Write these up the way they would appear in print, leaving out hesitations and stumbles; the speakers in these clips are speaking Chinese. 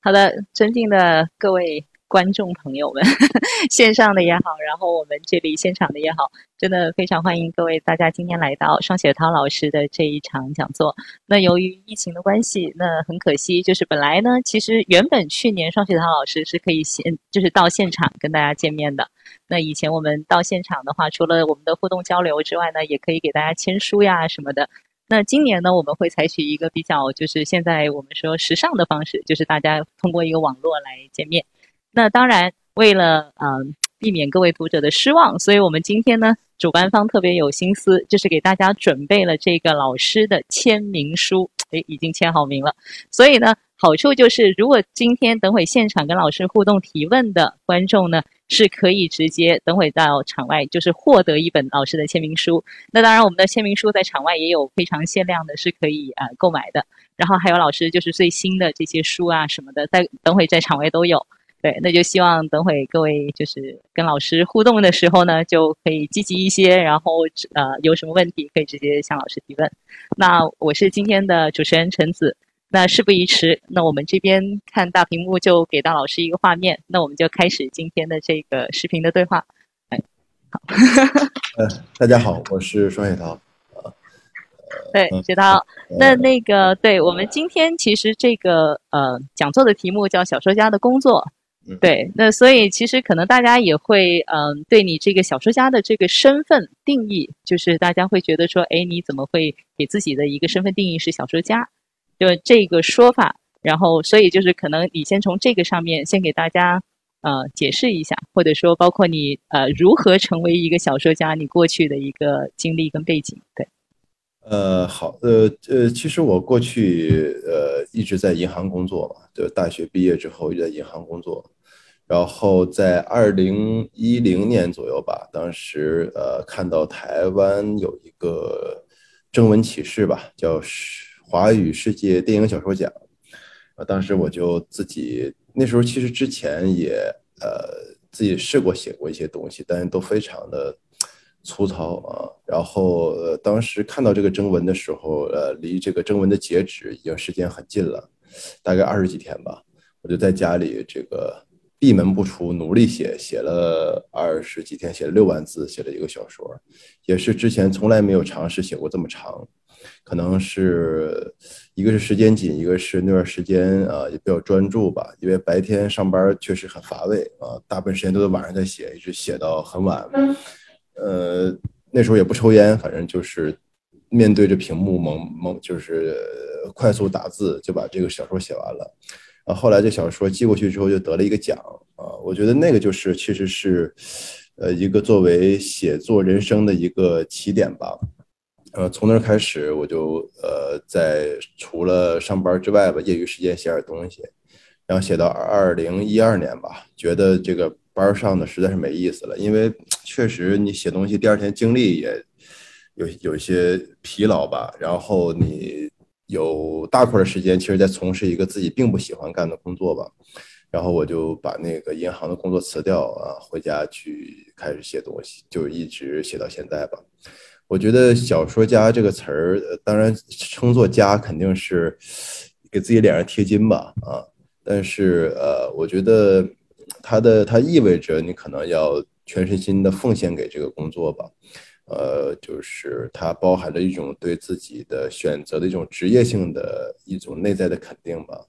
好的，尊敬的各位观众朋友们，线上的也好，然后我们这里现场的也好，真的非常欢迎各位大家今天来到双雪涛老师的这一场讲座。那由于疫情的关系，那很可惜，就是本来呢，其实原本去年双雪涛老师是可以就是到现场跟大家见面的。那以前我们到现场的话，除了我们的互动交流之外呢，也可以给大家签书呀什么的。那今年呢，我们会采取一个比较，就是现在我们说时尚的方式，就是大家通过一个网络来见面。那当然，为了避免各位读者的失望，所以我们今天呢，主办方特别有心思，就是给大家准备了这个老师的签名书，已经签好名了。所以呢，好处就是，如果今天等会现场跟老师互动提问的观众呢，是可以直接等会到场外，就是获得一本老师的签名书。那当然，我们的签名书在场外也有非常限量的，是可以购买的。然后还有老师就是最新的这些书啊什么的，等会在场外都有。对，那就希望等会各位就是跟老师互动的时候呢，就可以积极一些，然后有什么问题可以直接向老师提问。那我是今天的主持人陈子。那事不宜迟，那我们这边看大屏幕就给到老师一个画面，那我们就开始今天的这个视频的对话。好。 大家好，我是双雪涛。 对，雪涛。那个，对，我们今天其实这个讲座的题目叫小说家的工作。对，那所以其实可能大家也会对你这个小说家的这个身份定义，就是大家会觉得说，哎，你怎么会给自己的一个身份定义是小说家？就这个说法，然后所以就是可能你先从这个上面先给大家解释一下，或者说包括你如何成为一个小说家，你过去的一个经历跟背景。对。 好，其实我过去一直在银行工作嘛，就大学毕业之后一直在银行工作，然后在2010年左右吧，当时看到台湾有一个征文启事吧，叫华语世界电影小说奖，当时我就自己那时候其实之前也自己试过写过一些东西，但是都非常的粗糙啊。然后当时看到这个征文的时候，离这个征文的截止已经时间很近了，大概20几天吧。我就在家里这个闭门不出，努力写，写了20几天，写了6万字，写了一个小说，也是之前从来没有尝试写过这么长。可能是一个是时间紧，一个是那段时间也比较专注吧，因为白天上班确实很乏味啊，大部分时间都在晚上在写，一直写到很晚。那时候也不抽烟，反正就是面对着屏幕就是快速打字就把这个小说写完了。后来这小说寄过去之后就得了一个奖啊，我觉得那个就是其实是一个作为写作人生的一个起点吧。从那儿开始，我就在除了上班之外吧，业余时间写点东西，然后写到2012年吧，觉得这个班上的实在是没意思了，因为确实你写东西第二天精力也有一些疲劳吧，然后你有大块的时间，其实在从事一个自己并不喜欢干的工作吧。然后我就把那个银行的工作辞掉啊，回家去开始写东西，就一直写到现在吧。我觉得小说家这个词儿，当然称作家肯定是给自己脸上贴金吧，啊，但是我觉得它意味着你可能要全身心的奉献给这个工作吧，就是它包含着一种对自己的选择的一种职业性的一种内在的肯定吧，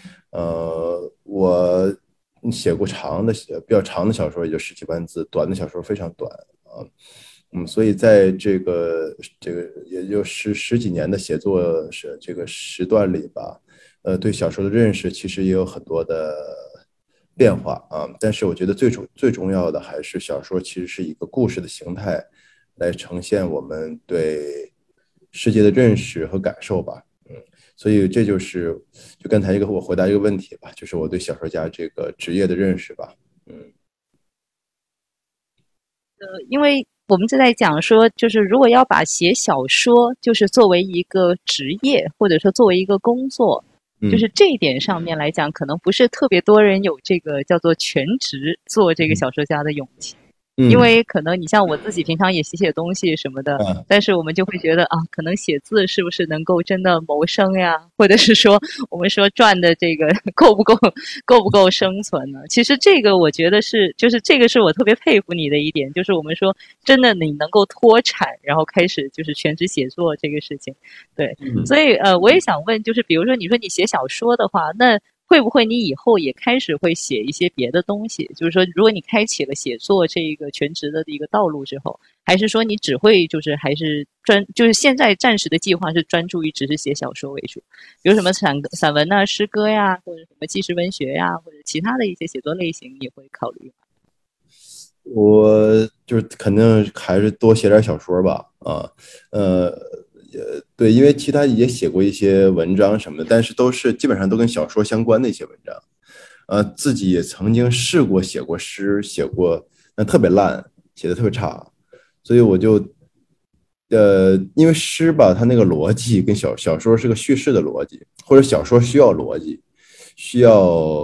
我写过比较长的小说，也就10几万字，短的小说非常短啊。所以在这个也就十几年的写作这个时段里吧，对小说的认识其实也有很多的变化啊。但是我觉得最重要的还是小说其实是一个故事的形态，来呈现我们对世界的认识和感受吧。所以这就是就刚才我回答一个问题吧，就是我对小说家这个职业的认识吧。嗯。 因为我们正在讲说，就是如果要把写小说就是作为一个职业，或者说作为一个工作，就是这一点上面来讲，可能不是特别多人有这个叫做全职做这个小说家的勇气。 因嗯为可能你像我自己平常也写东西什么的， 啊但是我们就会觉得啊，可能写字是不是能够真的谋生呀？或者是说我们说赚的这个够不够生存呢？其实这个我觉得是，就是这个是我特别佩服你的一点，就是我们说真的你能够脱产，然后开始就是全职写作这个事情，对， 嗯。 所以我也想问，就是比如说你说你写小说的话，那会不会你以后也开始会写一些别的东西？就是说，如果你开启了写作这个全职的一个道路之后，还是说你只会就是还是就是现在暂时的计划是专注于只是写小说为主，比如什么散文啊、诗歌呀，或者什么纪实文学呀，或者其他的一些写作类型，你会考虑吗？ 我就是肯定还是多写点小说吧，呃，对，因为其他也写过一些文章什么的，但是基本上都跟小说相关的一些文章，自己也曾经试过写过诗，写过，那特别烂，写的特别差，所以我就，因为诗吧，它那个逻辑跟小说是个叙事的逻辑，或者小说需要逻辑，需要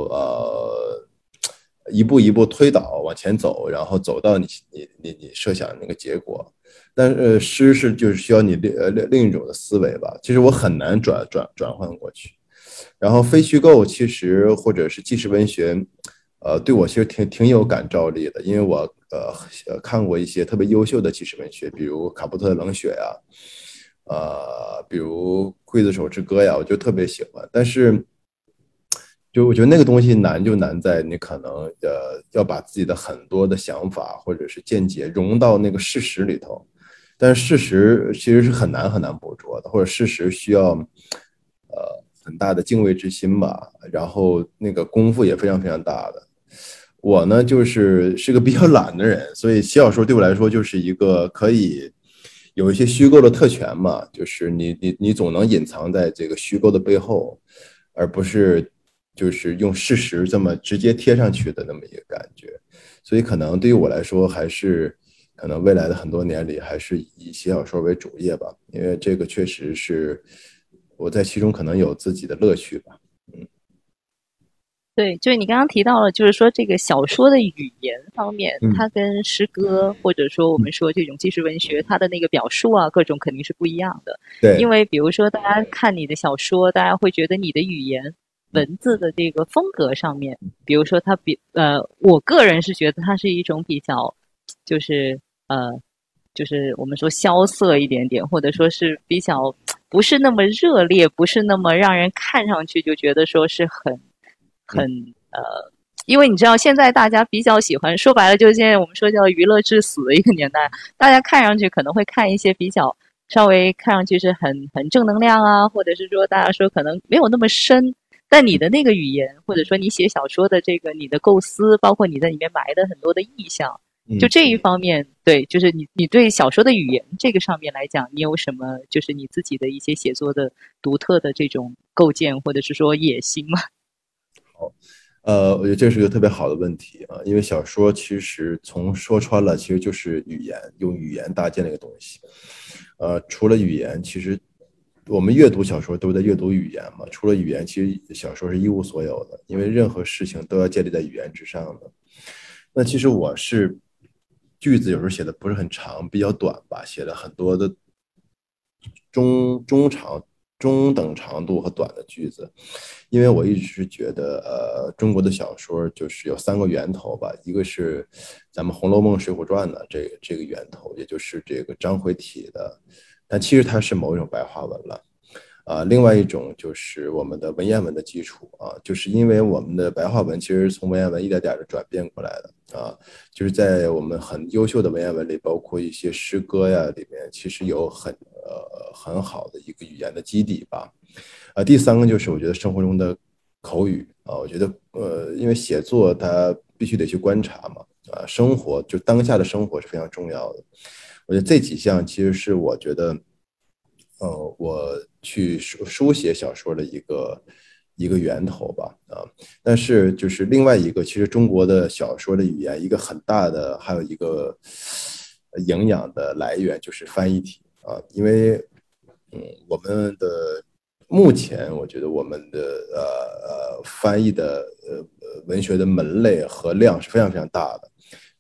一步一步推导往前走，然后走到你设想的那个结果。但是诗是就是需要你另一种的思维吧，其实我很难转换过去。然后非虚构其实或者是纪实文学，对我其实挺有感召力的，因为我看过一些特别优秀的纪实文学，比如卡波特的《冷血》呀，比如刽子手之歌呀，我就特别喜欢。但是就我觉得那个东西难就难在你可能要把自己的很多的想法或者是见解融到那个事实里头，但是事实其实是很难很难捕捉的，或者事实需要很大的敬畏之心吧，然后那个功夫也非常非常大的。我呢是个比较懒的人，所以写小说对我来说就是一个可以有一些虚构的特权嘛，就是你总能隐藏在这个虚构的背后，而不是就是用事实这么直接贴上去的那么一个感觉。所以可能对于我来说，还是可能未来的很多年里，还是以写小说为主业吧，因为这个确实是我在其中可能有自己的乐趣吧。 对，就是你刚刚提到了，就是说这个小说的语言方面， 嗯它跟诗歌或者说我们说这种纪实文学，它的那个表述啊，各种肯定是不一样的。因对， 为比如说，大家看你的小说，大家会觉得你的语言文字的这个风格上面，比如说它我个人是觉得它是一种比较，就是呃，就是我们说萧瑟一点点，或者说是比较不是那么热烈，不是那么让人看上去就觉得说是很因为你知道现在大家比较喜欢，说白了就是现在我们说叫娱乐至死的一个年代，大家看上去可能会看一些比较稍微看上去是很正能量啊，或者是说大家说可能没有那么深，但你的那个语言，或者说你写小说的这个你的构思，包括你在里面埋的很多的意象，就这一方面，对，就是你对小说的语言这个上面来讲，你有什么就是你自己的一些写作的独特的这种构建，或者是说野心吗？ 我觉得这是一个特别好的问题啊，因为小说其实从说穿了，其实就是语言，用语言搭建的一个东西。除了语言，其实我们阅读小说都是在阅读语言嘛。除了语言，其实小说是一无所有的，因为任何事情都要建立在语言之上的。那其实我是句子有时候写的不是很长，比较短吧，写了很多的中等长度和短的句子，因为我一直是觉得，中国的小说就是有三个源头吧，一个是咱们《红楼梦》《水浒传》的这个源头，也就是这个章回体的，但其实它是某一种白话文了。另外一种就是我们的文言文的基础啊，就是因为我们的白话文其实从文言文一点点的转变过来的啊，就是在我们很优秀的文言文里，包括一些诗歌呀里面，其实有很好的一个语言的基底吧。第三个就是我觉得生活中的口语啊，我觉得因为写作它必须得去观察嘛，生活就当下的生活是非常重要的。我觉得这几项其实是我觉得我去书写小说的一个源头吧，但是就是另外一个，其实中国的小说的语言一个很大的还有一个营养的来源就是翻译体因为我们的目前我觉得我们的翻译的文学的门类和量是非常非常大的，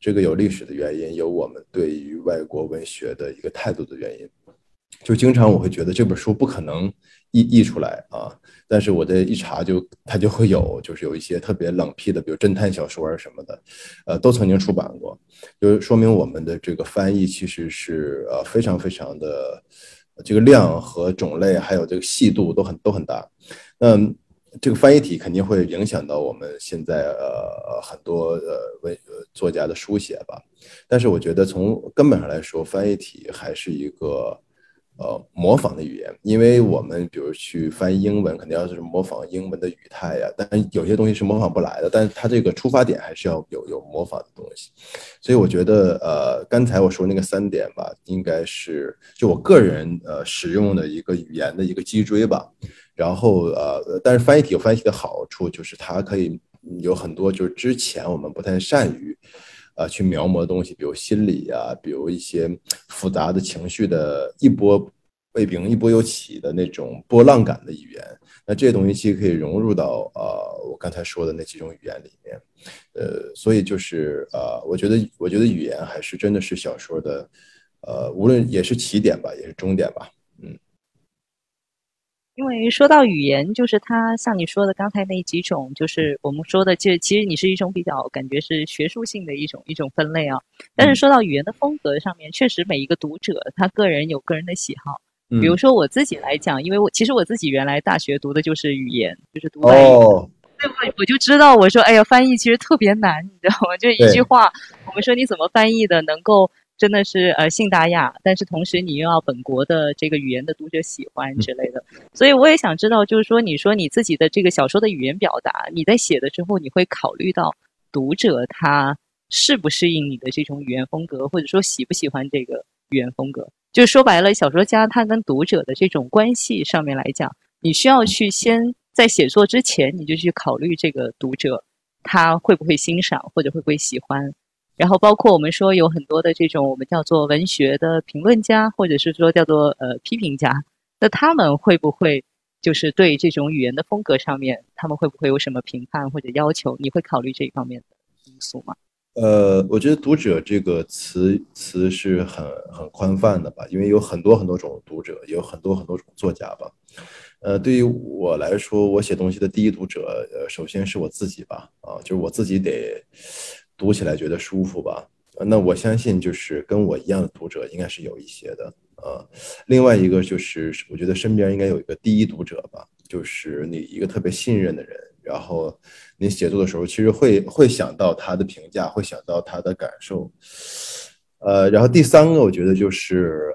这个有历史的原因，有我们对于外国文学的一个态度的原因。就经常我会觉得这本书不可能译出来啊，但是我这一查它就会有，就是有一些特别冷僻的，比如侦探小说啊什么的，都曾经出版过，就说明我们的这个翻译其实是非常非常的这个量和种类还有这个细度都很大。那这个翻译体肯定会影响到我们现在很多作家的书写吧，但是我觉得从根本上来说，翻译体还是一个模仿的语言，因为我们比如去翻译英文，肯定要是模仿英文的语态呀，但有些东西是模仿不来的，但是它这个出发点还是要有模仿的东西，所以我觉得刚才我说那个3点吧，应该是就我个人使用的一个语言的一个脊椎吧，然后但是翻译体有翻译体的好处，就是它可以有很多就是之前我们不太善于去描摹的东西，比如心理啊，比如一些复杂的情绪的一波未平一波又起的那种波浪感的语言，那这些东西其实可以融入到我刚才说的那几种语言里面，所以就是我觉得语言还是真的是小说的无论也是起点吧，也是终点吧，嗯。 因为说到语言，就是它像你说的刚才那几种，就是我们说的，其实你是一种比较感觉是学术性的一种分类啊。但是说到语言的风格上面，确实每一个读者他个人有个人的喜好。比如说我自己来讲，因为其实我自己原来大学读的就是语言，就是读外语的， 哦， 所以我就知道，我说哎呀，翻译其实特别难，你知道吗？就一句话，我们说你怎么翻译的能够真的是信达雅，但是同时你又要本国的这个语言的读者喜欢之类的。所以我也想知道，就是说，你说你自己的这个小说的语言表达，你在写的时候，你会考虑到读者他适不适应你的这种语言风格，或者说喜不喜欢这个语言风格？就是说白了，小说家他跟读者的这种关系上面来讲，你需要去先在写作之前，你就去考虑这个读者他会不会欣赏或者会不会喜欢。然后包括我们说有很多的这种我们叫做文学的评论家，或者是说叫做批评家，那他们会不会就是对这种语言的风格上面，他们会不会有什么评判或者要求？你会考虑这一方面的因素吗？ 我觉得读者这个词是很宽泛的吧，因为有很多很多种读者，有很多很多种作家吧。对于我来说，我写东西的第一读者，首先是我自己吧，就是我自己得读起来觉得舒服吧。那我相信，就是跟我一样的读者应该是有一些的，另外一个就是，我觉得身边应该有一个第一读者吧，就是你一个特别信任的人，然后你写作的时候，其实会想到他的评价，会想到他的感受，然后第三个我觉得就是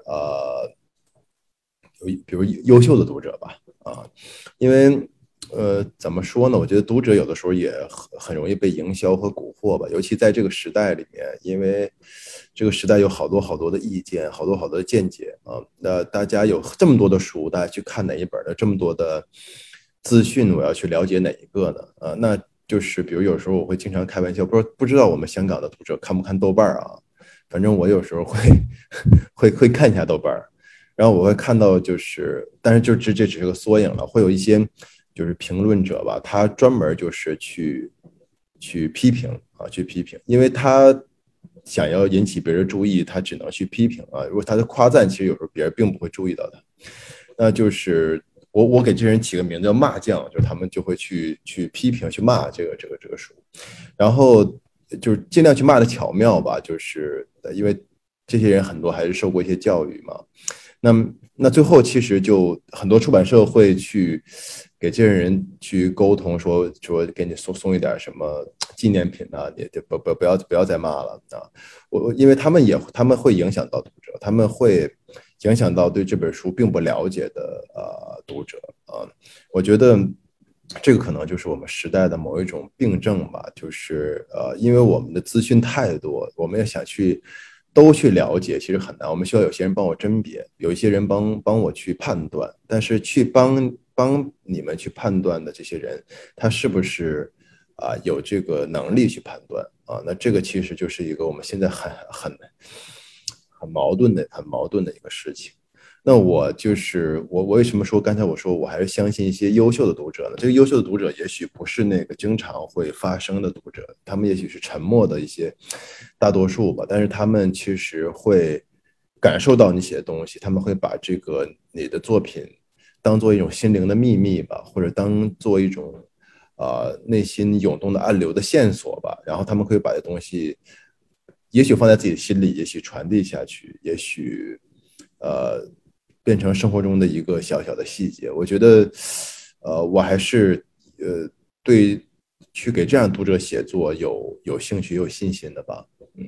比如优秀的读者吧，因为怎么说呢？我觉得读者有的时候也很容易被营销和蛊惑吧，尤其在这个时代里面，因为这个时代有好多好多的意见，好多好多的见解啊。那大家有这么多的书，大家去看哪一本的这么多的资讯，我要去了解哪一个呢？那就是比如有时候我会经常开玩笑，不知道我们香港的读者看不看豆瓣啊？反正我有时候会看一下豆瓣，然后我会看到就是，但是这只是个缩影了，会有一些就是评论者吧，他专门就是去批评去批评，因为他想要引起别人注意，他只能去批评啊。如果他的夸赞，其实有时候别人并不会注意到他。那就是我给这些人起个名字叫骂将，就是他们就会去批评去骂这个书，然后就是尽量去骂的巧妙吧，就是因为这些人很多还是受过一些教育嘛。那最后其实就很多出版社会去给这些人去沟通说给你送一点什么纪念品啊，你就不要再骂了啊。因为他们会影响到读者，他们会影响到对这本书并不了解的读者啊。我觉得这个可能就是我们时代的某一种病症吧，就是因为我们的资讯太多，我们也想都去了解，其实很难。我们需要有些人帮我甄别，有一些人帮我去判断，但是去帮你们去判断的这些人，他是不是有这个能力去判断啊？那这个其实就是一个我们现在很矛盾的一个事情。 那我就是我为什么说刚才我说我还是相信一些优秀的读者呢？这个优秀的读者也许不是那个经常会发声的读者，他们也许是沉默的一些大多数吧，但是他们其实会感受到你写的东西，他们会把这个你的作品当做一种心灵的秘密吧，或者当做一种内心涌动的暗流的线索吧，然后他们会把这东西也许放在自己的心里，也许传递下去，也许变成生活中的一个小小的细节。我觉得，我还是对去给这样读者写作有兴趣、有信心的吧。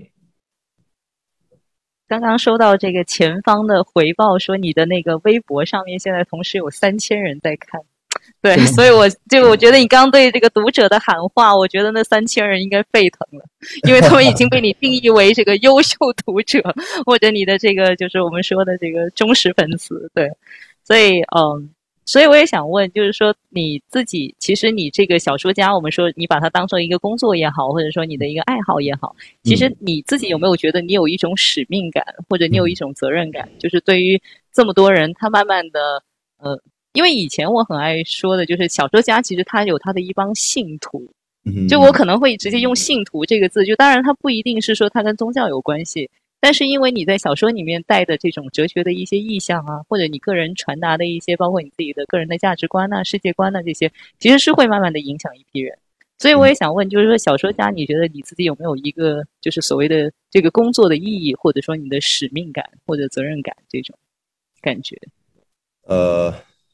刚刚收到这个前方的回报，说你的那个微博上面现在同时有3000人在看。对，所以我觉得你刚对这个读者的喊话，我觉得那3000人应该沸腾了，因为他们已经被你定义为这个优秀读者，或者你的这个就是我们说的这个忠实粉丝。对，所以所以我也想问，就是说你自己，其实你这个小说家，我们说你把它当做一个工作也好，或者说你的一个爱好也好，其实你自己有没有觉得你有一种使命感，或者你有一种责任感，就是对于这么多人，他慢慢的因为以前我很爱说的就是小说家其实他有他的一帮信徒，就我可能会直接用信徒这个字，就当然他不一定是说他跟宗教有关系，但是因为你在小说里面带的这种哲学的一些意象啊，或者你个人传达的一些包括你自己的个人的价值观啊、世界观啊这些，其实是会慢慢的影响一批人。所以我也想问，就是说小说家你觉得你自己有没有一个就是所谓的这个工作的意义，或者说你的使命感或者责任感这种感觉？ 呃，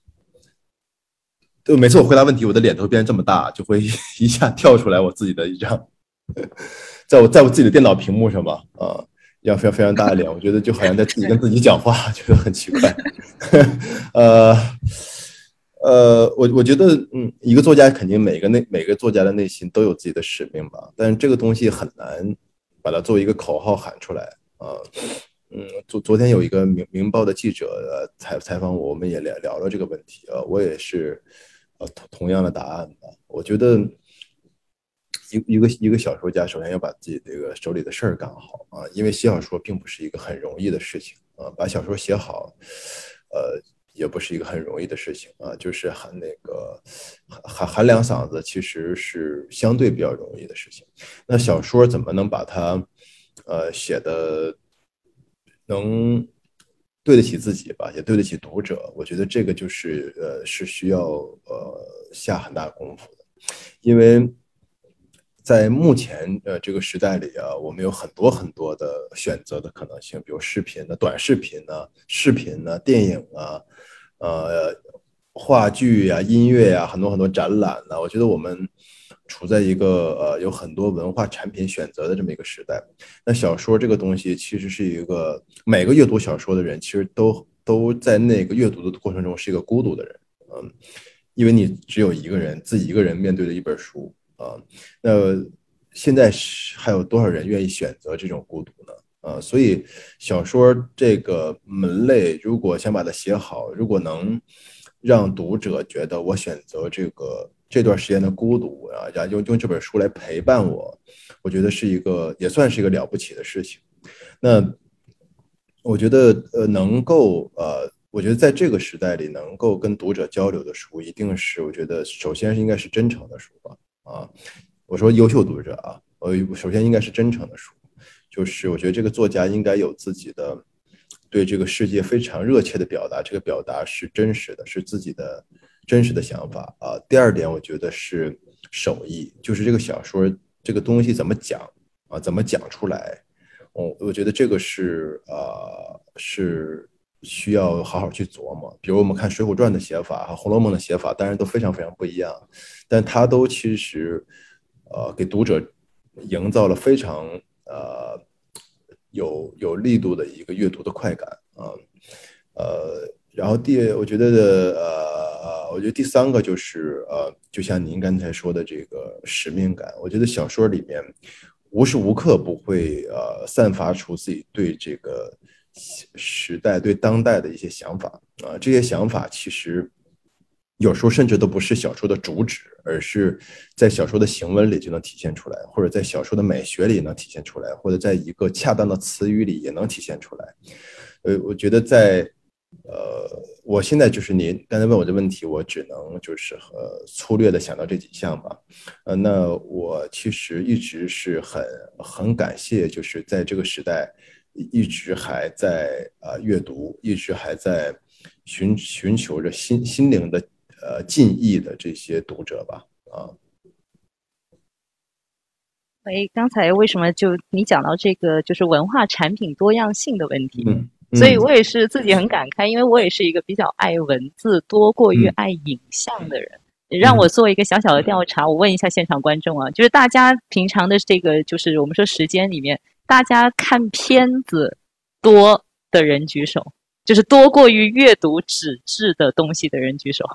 对，每次我回答问题，我的脸都会变这么大，就会一下跳出来我自己的一张，在我自己的电脑屏幕上吧，一样非常非常大的脸，我觉得就好像在自己跟自己讲话，觉得很奇怪。呃我觉得，一个作家肯定每个作家的内心都有自己的使命吧，但是这个东西很难把它作为一个口号喊出来啊。昨天有一个明报的记者采访我，我们也聊了这个问题，我也是同样的答案吧。我觉得一个小说家，首先要把自己这个手里的事儿干好啊，因为写小说并不是一个很容易的事情啊，把小说写好，也不是一个很容易的事情啊，就是喊两嗓子，其实是相对比较容易的事情。那小说怎么能把它写的能对得起自己吧，也对得起读者？我觉得这个就是是需要下很大功夫的，因为在目前这个时代里啊，我们有很多很多的选择的可能性，比如视频的、短视频呢、视频呢、电影啊、话剧呀、音乐呀，很多很多展览呢。我觉得我们处在一个有很多文化产品选择的这么一个时代。那小说这个东西其实是一个每个阅读小说的人，其实都在那个阅读的过程中是一个孤独的人，因为你只有一个人，自己一个人面对的一本书。那现在还有多少人愿意选择这种孤独呢？所以小说这个门类，如果想把它写好，如果能让读者觉得我选择这段时间的孤独啊，然后用这本书来陪伴我，我觉得也算是一个了不起的事情。那我觉得我觉得在这个时代里，能够跟读者交流的书，一定是我觉得首先应该是真诚的书吧。我说优秀读者啊，首先应该是真诚的书，就是我觉得这个作家应该有自己的对这个世界非常热切的表达，这个表达是真实的，是自己的真实的想法啊。第二点，我觉得是手艺，就是这个小说这个东西怎么讲啊，怎么讲出来。我觉得这个是需要好好去琢磨。比如我们看《水浒传》的写法和《红楼梦》的写法，当然都非常非常不一样，但它都其实给读者营造了非常有力度的一个阅读的快感啊。然后我觉得第三个就是就像您刚才说的这个使命感，我觉得小说里面无时无刻不会散发出自己对这个时代、对当代的一些想法啊，这些想法其实有时候甚至都不是小说的主旨，而是在小说的行文里就能体现出来，或者在小说的美学里能体现出来，或者在一个恰当的词语里也能体现出来。我觉得在我现在就是您刚才问我的问题，我只能就是粗略的想到这几项吧。那我其实一直是很感谢，就是在这个时代一直还在阅读，一直还在寻求着心灵的近意的这些读者吧。啊， 哎，刚才为什么就你讲到这个就是文化产品多样性的问题？ 嗯嗯所以我也是自己很感慨，因为我也是一个比较爱文字多过于嗯爱影像的人。让我嗯做一个小小的调查，我问一下现场观众啊，就是大家平常的这个，就是我们说时间里面，大家看片子多的人举手，就是多过于阅读纸质的东西的人举手。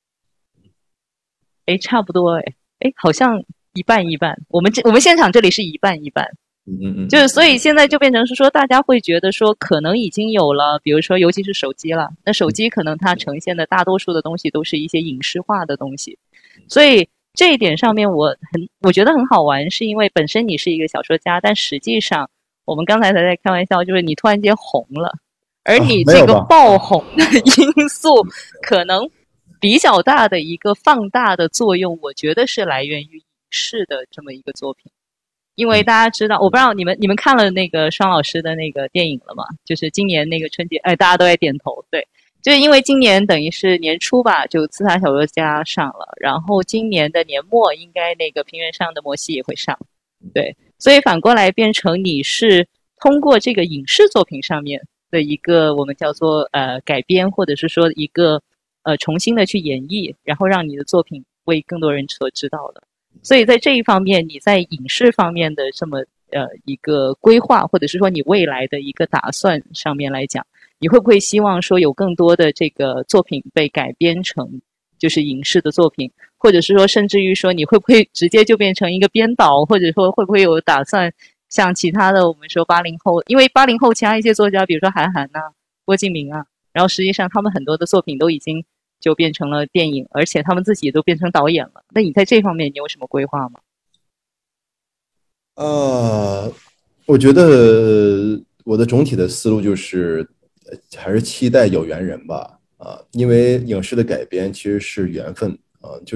哎，差不多哎，哎，好像一半一半。我们现场这里是一半一半。 嗯嗯嗯就是所以现在就变成是说，大家会觉得说，可能已经有了，比如说，尤其是手机了。那手机可能它呈现的大多数的东西都是一些影视化的东西，所以这一点上面我觉得很好玩，是因为本身你是一个小说家，但实际上我们刚才才在开玩笑，就是你突然间红了，而啊， 你这个没有吧？ 爆红的因素，可能比较大的一个放大的作用，我觉得是来源于影视的这么一个作品。因为嗯大家知道，我不知道你们看了那个双老师的那个电影了吗？就是今年那个春节，哎，大家都在点头。对，就是因为今年等于是年初吧，就《刺杀小说家》上了，然后今年的年末应该那个平原上的摩西也会上。对，所以反过来变成你是通过这个影视作品上面的一个我们叫做改编，或者是说一个重新的去演绎，然后让你的作品为更多人所知道的。所以在这一方面，你在影视方面的这么一个规划，或者是说你未来的一个打算上面来讲，你会不会希望说有更多的这个作品被改编成就是影视的作品，或者是说甚至于说你会不会直接就变成一个编导，或者说会不会有打算像其他的我们说80后，因为80后其他一些作家，比如说韩寒呐、郭敬明啊，然后实际上他们很多的作品都已经就变成了电影，而且他们自己都变成导演了。那你在这方面你有什么规划吗？ 我觉得我的总体的思路就是，还是期待有缘人吧。因为影视的改编其实是缘分就是，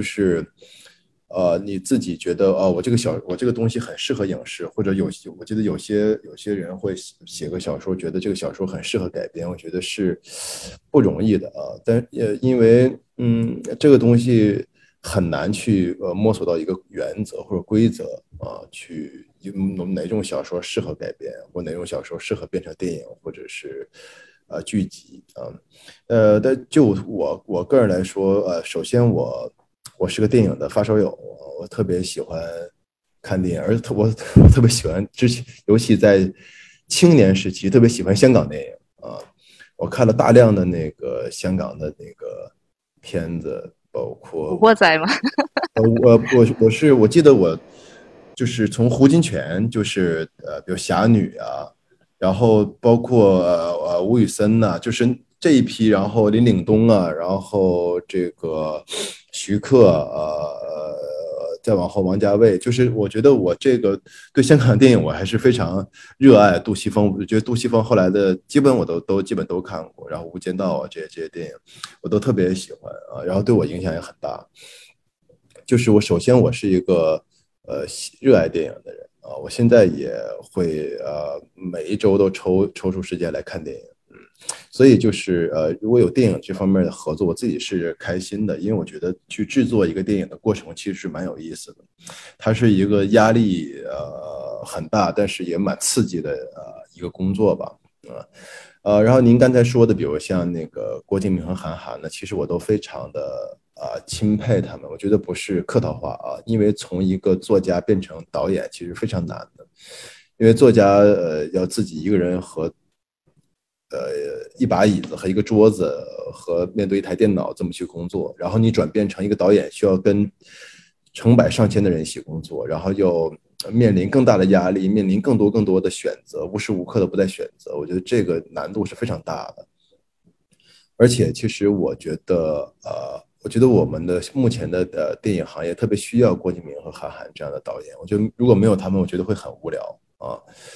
你自己觉得我这个东西很适合影视，或者我记得有些人会写个小说，觉得这个小说很适合改编，我觉得是不容易的但因为这个东西很难去摸索到一个原则或者规则去哪种小说适合改编，或哪种小说适合变成电影或者是剧集但就我个人来说，首先我是个电影的发烧友，我特别喜欢看电影，而且我特别喜欢之前，尤其在青年时期，特别喜欢香港电影我看了大量的那个香港的那个片子，包古括惑仔吗？ 我记得我就是从胡金铨，就是比如侠女然后包括吴宇森呐、就是这一批，然后林岭东然后这个徐克再往后王家卫，就是我觉得我这个对香港电影我还是非常热爱。杜琪峰，我觉得杜琪峰后来的基本我都基本都看过，然后《无间道》这些电影我都特别喜欢然后对我影响也很大。就是首先我是一个热爱电影的人我现在也会每一周都抽出时间来看电影，所以就是如果有电影这方面的合作，我自己是开心的，因为我觉得去制作一个电影的过程其实是蛮有意思的，它是一个压力很大，但是也蛮刺激的一个工作吧，然后您刚才说的，比如像那个郭敬明和韩寒呢，其实我都非常的钦佩他们。我觉得不是客套话因为从一个作家变成导演其实非常难的，因为作家要自己一个人和一把椅子和一个桌子和面对一台电脑这么去工作，然后你转变成一个导演，需要跟成百上千的人一起工作，然后又面临更大的压力，面临更多的选择，无时无刻的不在选择。我觉得这个难度是非常大的。而且，其实我觉得我们的目前的电影行业特别需要郭敬明和韩寒这样的导演。我觉得如果没有他们，我觉得会很无聊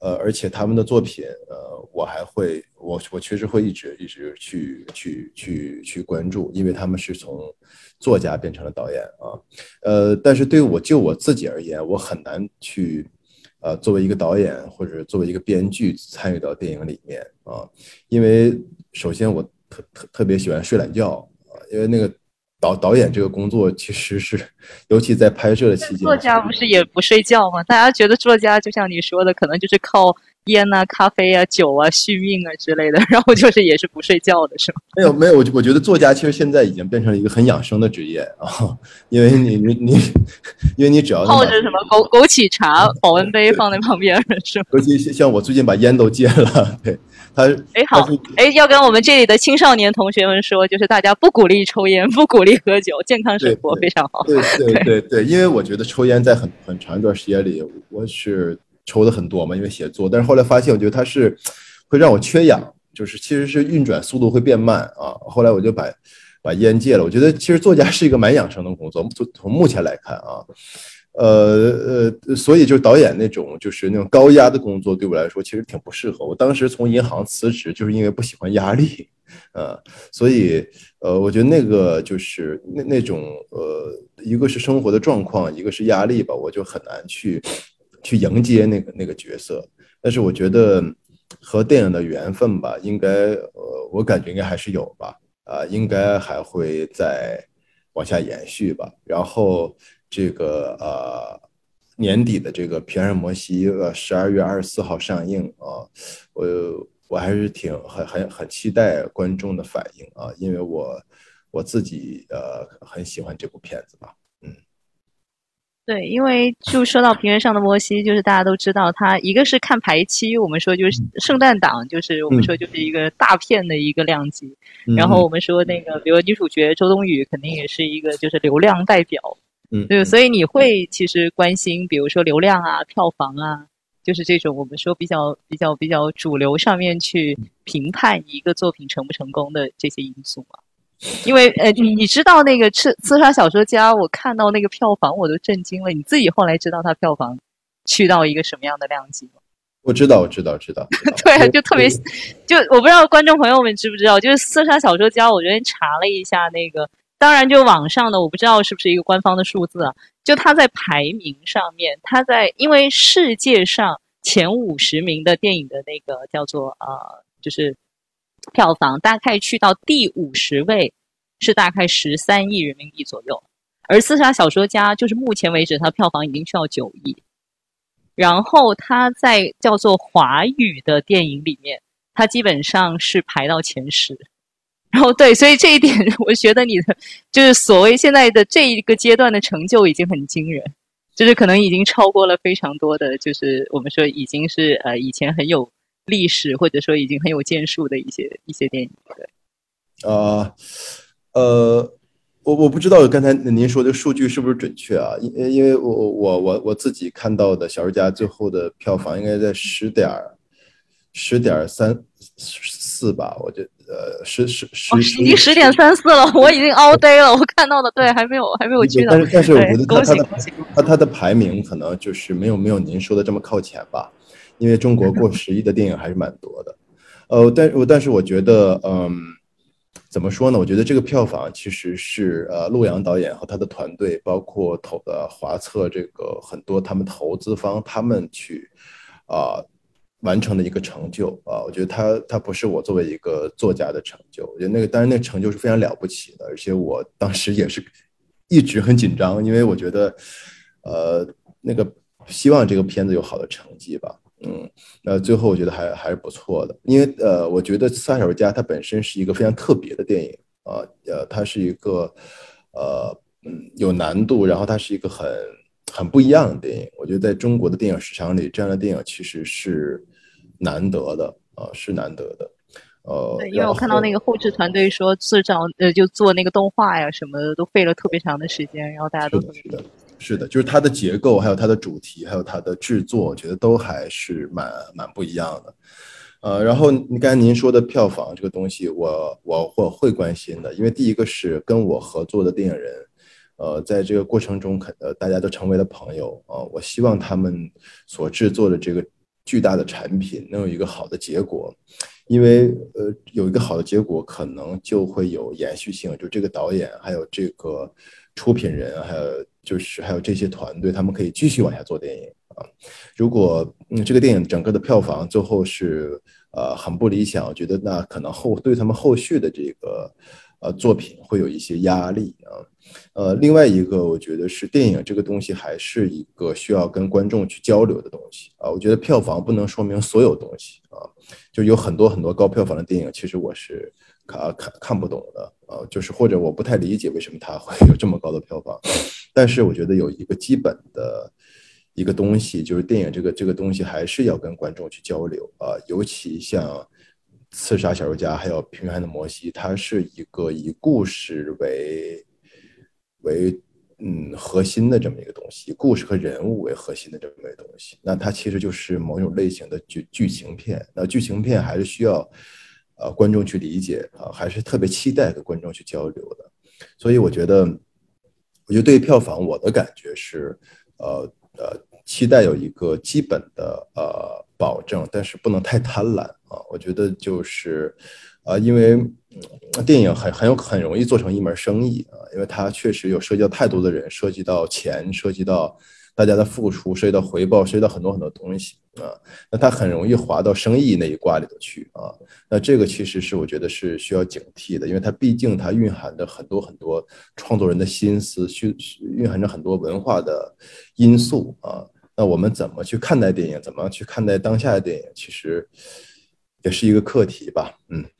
而且他们的作品，我还会，我确实会一直去关注，因为他们是从作家变成了导演啊，但是对于我自己而言，我很难去，作为一个导演或者作为一个编剧参与到电影里面啊，因为首先我特别喜欢睡懒觉啊，因为那个导演这个工作其实是，尤其在拍摄的期间， 作家不是也不睡觉吗？大家觉得作家就像你说的，可能就是靠烟啊、咖啡啊、酒啊续命啊之类的，然后就是也是不睡觉的，是吗？ 没有，我觉得作家其实现在已经变成了一个很养生的职业啊，因为因为你只要能把泡着什么枸杞茶保温杯放在旁边，是吗？ 尤其像我最近把烟都戒了，对他， 哎，好，哎，要跟我们这里的青少年同学们说，就是大家不鼓励抽烟，不鼓励喝酒，健康生活非常好。 对，因为我觉得抽烟在很长一段时间里，我是抽的很多嘛，因为写作，但是后来发现，我觉得它是会让我缺氧，就是其实是运转速度会变慢啊。后来我就把烟戒了。我觉得其实作家是一个蛮养生的工作，从目前来看啊，所以就是导演那种就是那种高压的工作对我来说其实挺不适合。我当时从银行辞职就是因为不喜欢压力，所以我觉得那个就是那种一个是生活的状况，一个是压力吧，我就很难去迎接那个角色。但是我觉得和电影的缘分吧，应该我感觉应该还是有吧，应该还会再往下延续吧。然后这个年底的这个《皮埃尔摩西》12月24号上映啊，我还是很期待观众的反应啊，因为我自己很喜欢这部片子吧，嗯。 对，因为就说到平原上的摩西，就是大家都知道，它一个是看排期，我们说就是圣诞档，就是我们说就是一个大片的一个量级。然后我们说那个，比如女主角周冬雨，肯定也是一个就是流量代表。对，所以你会其实关心，比如说流量啊、票房啊，就是这种我们说比较主流上面去评判一个作品成不成功的这些因素吗？因为你知道那个刺杀小说家，我看到那个票房我都震惊了。你自己后来知道他票房去到一个什么样的量级吗？ 我知道。 对，就特别，就我不知道观众朋友们知不知道，就是刺杀小说家，我昨天查了一下那个，当然就网上的，我不知道是不是一个官方的数字啊，就他在排名上面，因为世界上前50名的电影的那个叫做就是票房大概去到第50位，是大概13亿人民币左右。而《刺杀小说家》就是目前为止，它票房已经去到9亿。然后它在叫做华语的电影里面，它基本上是排到前10。然后对，所以这一点，我觉得你的就是所谓现在的这一个阶段的成就已经很惊人，就是可能已经超过了非常多的，就是我们说已经是以前很有历史或者说已经很有建树的一些电影。对， 我不知道刚才您说的数据是不是准确啊？因为我自己看到的《小说家》最后的票房应该在10.34吧，我觉得已经10.34了，我已经 all day 了，我看到的对，还没有去到。 但是我觉得它的排名可能就是没有您说的这么靠前吧，因为中国过10亿的电影还是蛮多的。但是我觉得，怎么说呢？我觉得这个票房其实是陆阳导演和他的团队，包括华策这个很多他们投资方他们去完成的一个成就啊。我觉得他不是我作为一个作家的成就，我觉得当然那个成就是非常了不起的，而且我当时也是一直很紧张，因为我觉得那个希望这个片子有好的成绩吧。最后我觉得还是不错的，因为我觉得《刺杀小说家》它本身是一个非常特别的电影啊，它是一个有难度，然后它是一个很不一样的电影。我觉得在中国的电影市场里，这样的电影其实是难得的是难得的。 对，因为我看到那个后制团队说，就做那个动画呀什么的，都费了特别长的时间，然后大家都是的，就是它的结构，还有它的主题，还有它的制作，我觉得都还是蛮不一样的。然后刚才您说的票房这个东西我会关心的，因为第一个是跟我合作的电影人，在这个过程中大家都成为了朋友我希望他们所制作的这个巨大的产品能有一个好的结果，因为有一个好的结果，可能就会有延续性，就这个导演还有这个出品人，还有这些团队，他们可以继续往下做电影啊。如果这个电影整个的票房最后是很不理想，我觉得那可能对他们后续的这个作品会有一些压力啊。另外一个我觉得是电影这个东西还是一个需要跟观众去交流的东西啊。我觉得票房不能说明所有东西啊，就有很多很多高票房的电影，其实我是看不懂的啊，就是或者我不太理解为什么它会有这么高的票房。但是我觉得有一个基本的一个东西，就是电影这个东西还是要跟观众去交流啊，尤其像《刺杀小说家》还有《平原上的摩西》，它是一个以故事为核心的这么一个东西，以故事和人物为核心的这么一个东西。那它其实就是某种类型的剧情片。那剧情片还是需要观众去理解啊，还是特别期待跟观众去交流的。所以我觉得对于票房，我的感觉是，期待有一个基本的保证，但是不能太贪婪啊。我觉得就是因为电影很容易做成一门生意啊，因为它确实有涉及到太多的人，涉及到钱，涉及到大家的付出，涉及到回报，涉及到很多很多东西啊。那它很容易滑到生意那一挂里头去啊。那这个其实是我觉得是需要警惕的，因为它毕竟它蕴含着很多很多创作人的心思，蕴含着很多文化的因素啊。那我们怎么去看待电影，怎么去看待当下的电影，其实也是一个课题吧。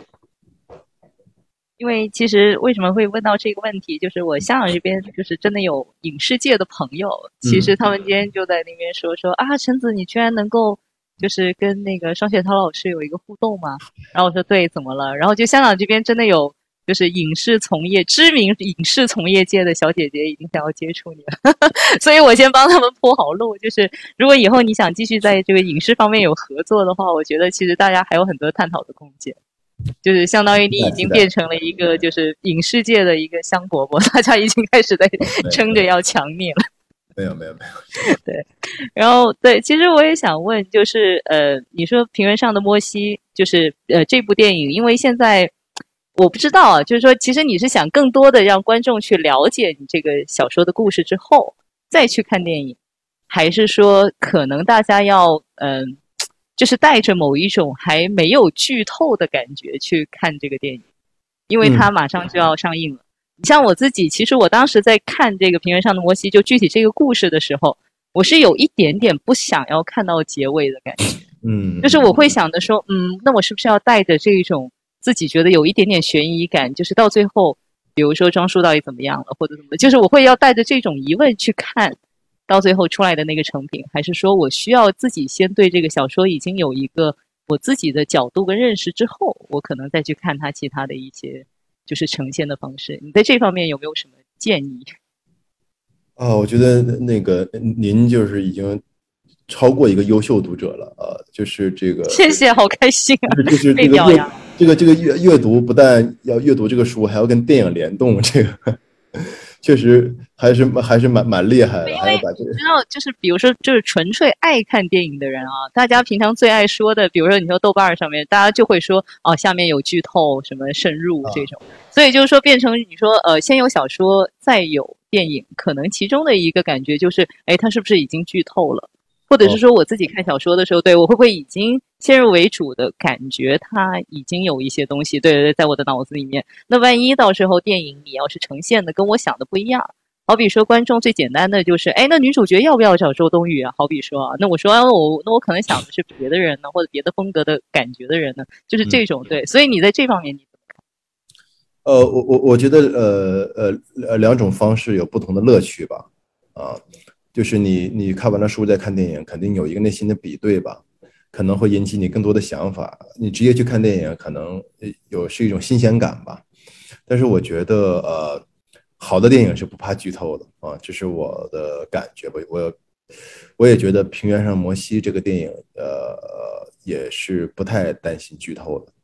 因为其实为什么会问到这个问题，就是我香港这边就是真的有影视界的朋友，其实他们今天就在那边说啊，陈子你居然能够就是跟那个双雪涛老师有一个互动吗？然后我说对，怎么了？然后就香港这边真的有就是知名影视从业界的小姐姐已经想要接触你了，所以我先帮他们铺好路。就是如果以后你想继续在这个影视方面有合作的话，我觉得其实大家还有很多探讨的空间。就是相当于你已经变成了一个就是影视界的一个香饽饽，大家已经开始在争着要抢你了。 没有。 对，然后对，其实我也想问，就是你说平原上的摩西，就是这部电影，因为现在我不知道啊，就是说其实你是想更多的让观众去了解你这个小说的故事之后再去看电影，还是说可能大家要就是带着某一种还没有剧透的感觉去看这个电影，因为它马上就要上映了。像我自己，其实我当时在看这个《平原上的摩西》，就具体这个故事的时候，我是有一点点不想要看到结尾的感觉。就是我会想着说，那我是不是要带着这种自己觉得有一点点悬疑感，就是到最后，比如说庄叔到底怎么样了，或者怎么，就是我会要带着这种疑问去看。到最后出来的那个成品，还是说我需要自己先对这个小说已经有一个我自己的角度跟认识之后，我可能再去看它其他的一些就是呈现的方式。你在这方面有没有什么建议？ 我觉得那个您就是已经超过一个优秀读者了啊，就是这个， 谢谢，好开心啊， 就是被表扬。 这个阅读不但要阅读这个书，还要跟电影联动，这个确实还是蛮厉害的， 因为还要把这个你知道，就是比如说，就是纯粹爱看电影的人啊，大家平常最爱说的，比如说你说豆瓣上面，大家就会说哦，下面有剧透，什么渗入这种，所以就是说变成你说先有小说，再有电影，可能其中的一个感觉就是，哎，它是不是已经剧透了？或者是说我自己看小说的时候，对我会不会已经先入为主的感觉它已经有一些东西，对，在我的脑子里面。那万一到时候电影你要是呈现的跟我想的不一样，好比说观众最简单的就是，哎，那女主角要不要找周冬雨啊？好比说啊，那我说我可能想的是别的人呢，或者别的风格的感觉的人呢，就是这种对。所以你在这方面你怎么看？ 我觉得两种方式有不同的乐趣吧，啊，就是你看完了书再看电影，肯定有一个内心的比对吧，可能会引起你更多的想法。你直接去看电影，可能是一种新鲜感吧。但是我觉得好的电影是不怕剧透的啊，这是我的感觉吧。我也觉得《平原上摩西》这个电影也是不太担心剧透的，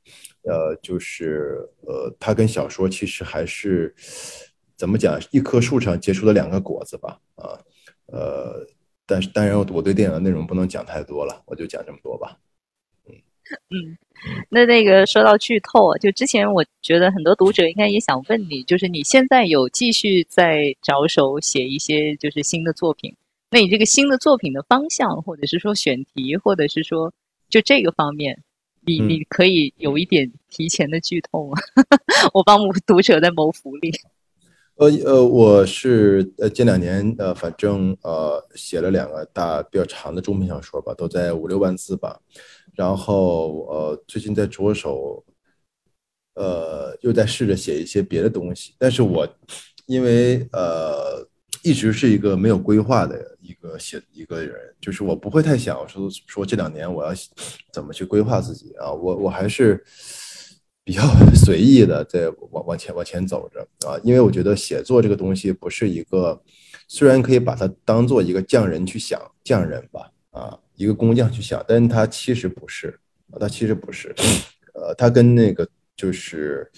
就是它跟小说其实还是怎么讲，一棵树上结出了两个果子吧，啊， 但是当然我对电影的内容不能讲太多了，我就讲这么多吧。 嗯，那个说到剧透啊，就之前我觉得很多读者应该也想问你，就是你现在有继续在着手写一些就是新的作品，那你这个新的作品的方向，或者是说选题，或者是说就这个方面，你可以有一点提前的剧透吗？我帮读者在谋福利。 我是近2年反正写了2个比较长的中篇小说吧，都在5、6万字吧。然后最近在着手又在试着写一些别的东西，但是我因为一直是一个没有规划的一个人，就是我不会太想说这2年我要怎么去规划自己啊，我还是比较随意的在往前走着啊，因为我觉得写作这个东西不是一个，虽然可以把它当做一个匠人去想匠人吧啊，一个工匠去想，但是它其实不是，它其实不是，它跟那个就是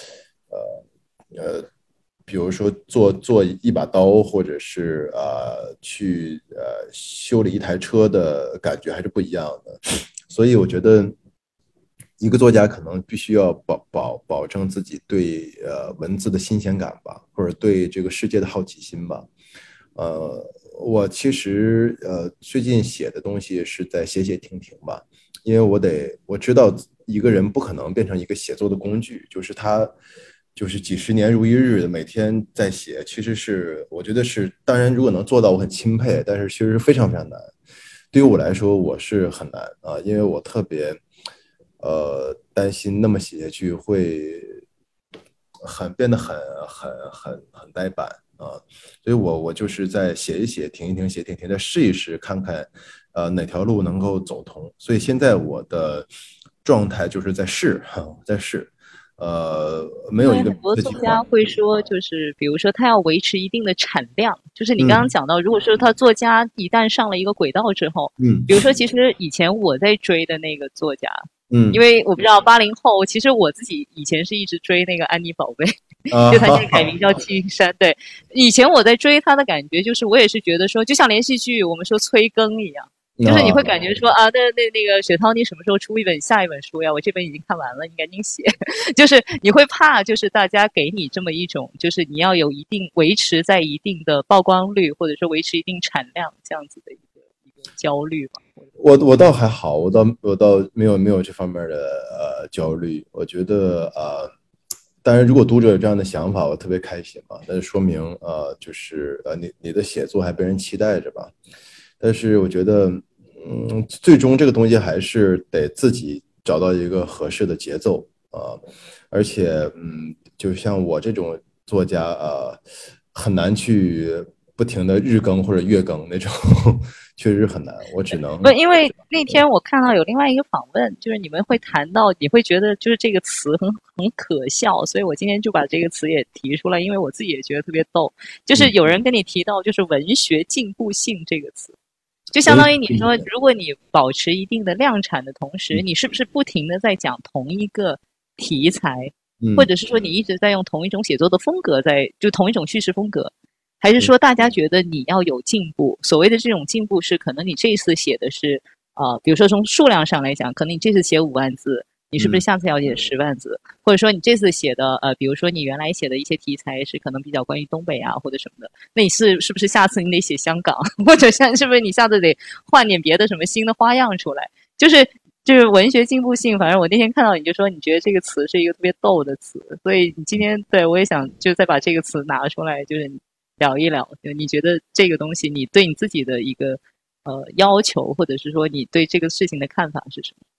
比如说做一把刀，或者是去修理一台车的感觉还是不一样的。所以我觉得一个作家可能必须要保证自己对文字的新鲜感吧，或者对这个世界的好奇心吧。我其实最近写的东西是在写停停吧，因为我知道一个人不可能变成一个写作的工具，就是他就是几十年如一日的每天在写，其实是我觉得是，当然如果能做到我很钦佩，但是其实非常非常难。对于我来说，我是很难啊，因为我特别担心那么写下去会变得很呆板啊，所以我就是在写一写，停一停，写停停，再试一试，看看哪条路能够走通。所以现在我的状态就是在试，在试，没有一个因为很多的计划。 作家会说，就是比如说他要维持一定的产量，就是你刚刚嗯讲到，如果说他作家一旦上了一个轨道之后， 嗯比如说其实以前我在追的那个作家，因嗯为我不知道80后，其实我自己以前是一直追那个安妮宝贝，就他现在改名叫金山。对，以前我在追他的感觉就是，我也是觉得说，就像连续剧我们说催更一样。就是你会感觉说啊，那个雪涛，你什么时候出下一本书呀？我这本已经看完了，你赶紧写。就是你会怕，就是大家给你这么一种，就是你要有一定维持在一定的曝光率，或者说维持一定产量这样子的一个焦虑吧。 我倒还好，我倒没有这方面的焦虑。我觉得当然如果读者有这样的想法，我特别开心嘛，那就说明就是你的写作还被人期待着吧。但是我觉得最终这个东西还是得自己找到一个合适的节奏啊，而且就像我这种作家很难去不停的日更或者月更那种，确实很难。我只能不，因为那天我看到有另外一个访问，就是你们会谈到，你会觉得就是这个词很可笑，所以我今天就把这个词也提出来，因为我自己也觉得特别逗。就是有人跟你提到，就是文学进步性这个词，就相当于你说，如果你保持一定的量产的同时，你是不是不停的在讲同一个题材，或者是说你一直在用同一种写作的风格就同一种叙事风格？还是说大家觉得你要有进步？所谓的这种进步是，可能你这一次写的是，比如说从数量上来讲，可能你这次写5万字，你是不是下次要写10万字？或者说你这次写的，比如说你原来写的一些题材是可能比较关于东北啊或者什么的，那你是不是下次你得写香港，或者是不是你下次得换点别的什么新的花样出来？就是文学进步性，反正我那天看到你就说你觉得这个词是一个特别逗的词，所以你今天对我也想就再把这个词拿出来，就是聊一聊，就你觉得这个东西你对你自己的一个要求，或者是说你对这个事情的看法是什么？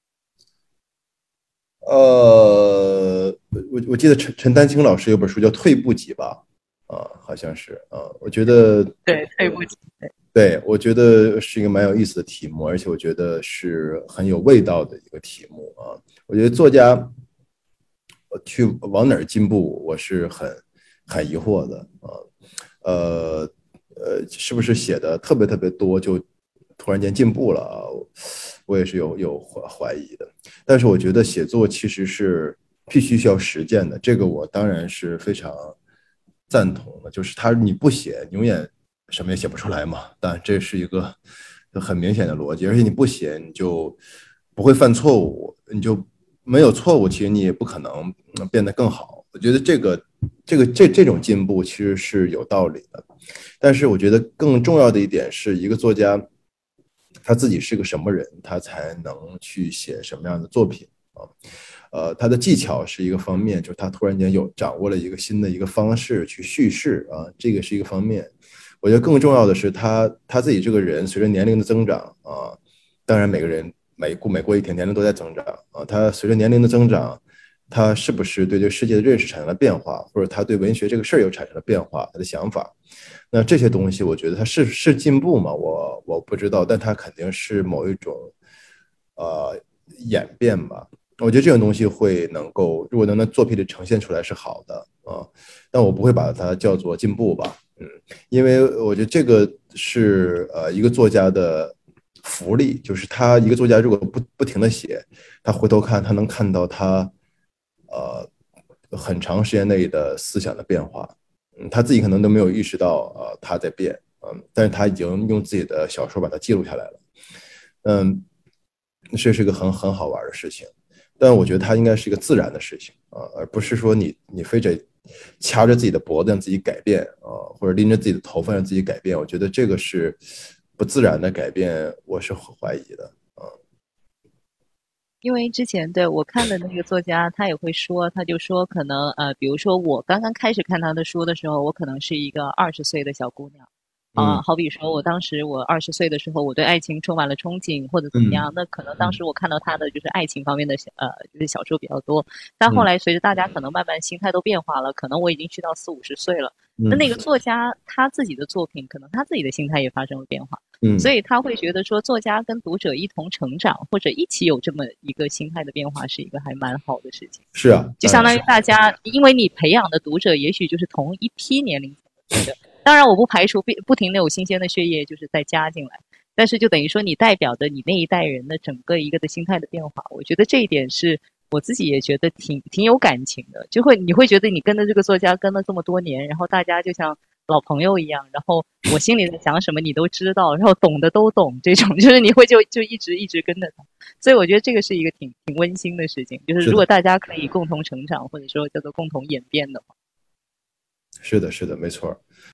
我记得陈丹青老师有本书叫《退步集》吧，好像是我觉得对，退步集。 对，我觉得是一个蛮有意思的题目，而且我觉得是很有味道的一个题目啊。我觉得作家去往哪儿进步，我是很疑惑的啊。是不是写的特别特别多就突然间进步了啊？我也是有怀疑的。但是我觉得写作其实是必须需要实践的，这个我当然是非常赞同的。就是你不写，永远什么也写不出来嘛。但这是一个很明显的逻辑，而且你不写，你就不会犯错误，你就没有错误，其实你也不可能变得更好。我觉得这种进步其实是有道理的，但是我觉得更重要的一点是一个作家他自己是个什么人，他才能去写什么样的作品啊？他的技巧是一个方面，就是他突然间掌握了一个新的一个方式去叙事啊，这个是一个方面。我觉得更重要的是他自己这个人随着年龄的增长啊，当然每个人每过一天年龄都在增长啊，他随着年龄的增长，他是不是对这个世界的认识产生了变化，或者他对文学这个事儿又产生了变化，他的想法，那这些东西我觉得它是进步吗？我不知道，但它肯定是某一种演变吧。我觉得这种东西会能够，如果能在作品里呈现出来是好的啊，但我不会把它叫做进步吧，因为我觉得这个是一个作家的福利，就是他一个作家如果不停的写，他回头看他能看到他很长时间内的思想的变化，他自己可能都没有意识到他在变，但是他已经用自己的小说把它记录下来了，嗯，这是一个很好玩的事情。但我觉得它应该是一个自然的事情啊，而不是说你非得掐着自己的脖子让自己改变啊，或者拎着自己的头发让自己改变。我觉得这个是不自然的改变，我是怀疑的啊。 因为之前对我看的那个作家，他也会说，他就说可能比如说我刚刚开始看他的书的时候，我可能是一个20岁的小姑娘， 嗯好比说我当时我20岁的时候，我对爱情充满了憧憬或者怎么嗯样，那可能当嗯时我看到他的就是爱情方面的就是小说比较多，但后嗯来随着大家可能慢慢心态都变化了，可能我已经去到40、50岁了，那嗯那个作家他自己的作品，可能他自己的心态也发生了变化。所嗯， 以他会觉得说，作家跟读者一同成长，或者一起有这么一个心态的变化，是一个还蛮好的事情。 是啊，当然是。 就相当于大家，因为你培养的读者也许就是同一批年龄层的读者，当然我不排除不停的有新鲜的血液就是再加进来，但是就等于说你代表的你那一代人的整个一个的心态的变化，我觉得这一点是我自己也觉得挺有感情的，你会觉得你跟着这个作家跟了这么多年，然后大家就像老朋友一样，然后我心里在想什么你都知道，然后懂的都懂，这种就是你会就一直跟着他，所以我觉得这个是一个挺温馨的事情，就是是的， 如果大家可以共同成长，或者说叫做共同演变的话。 是的，是的，没错。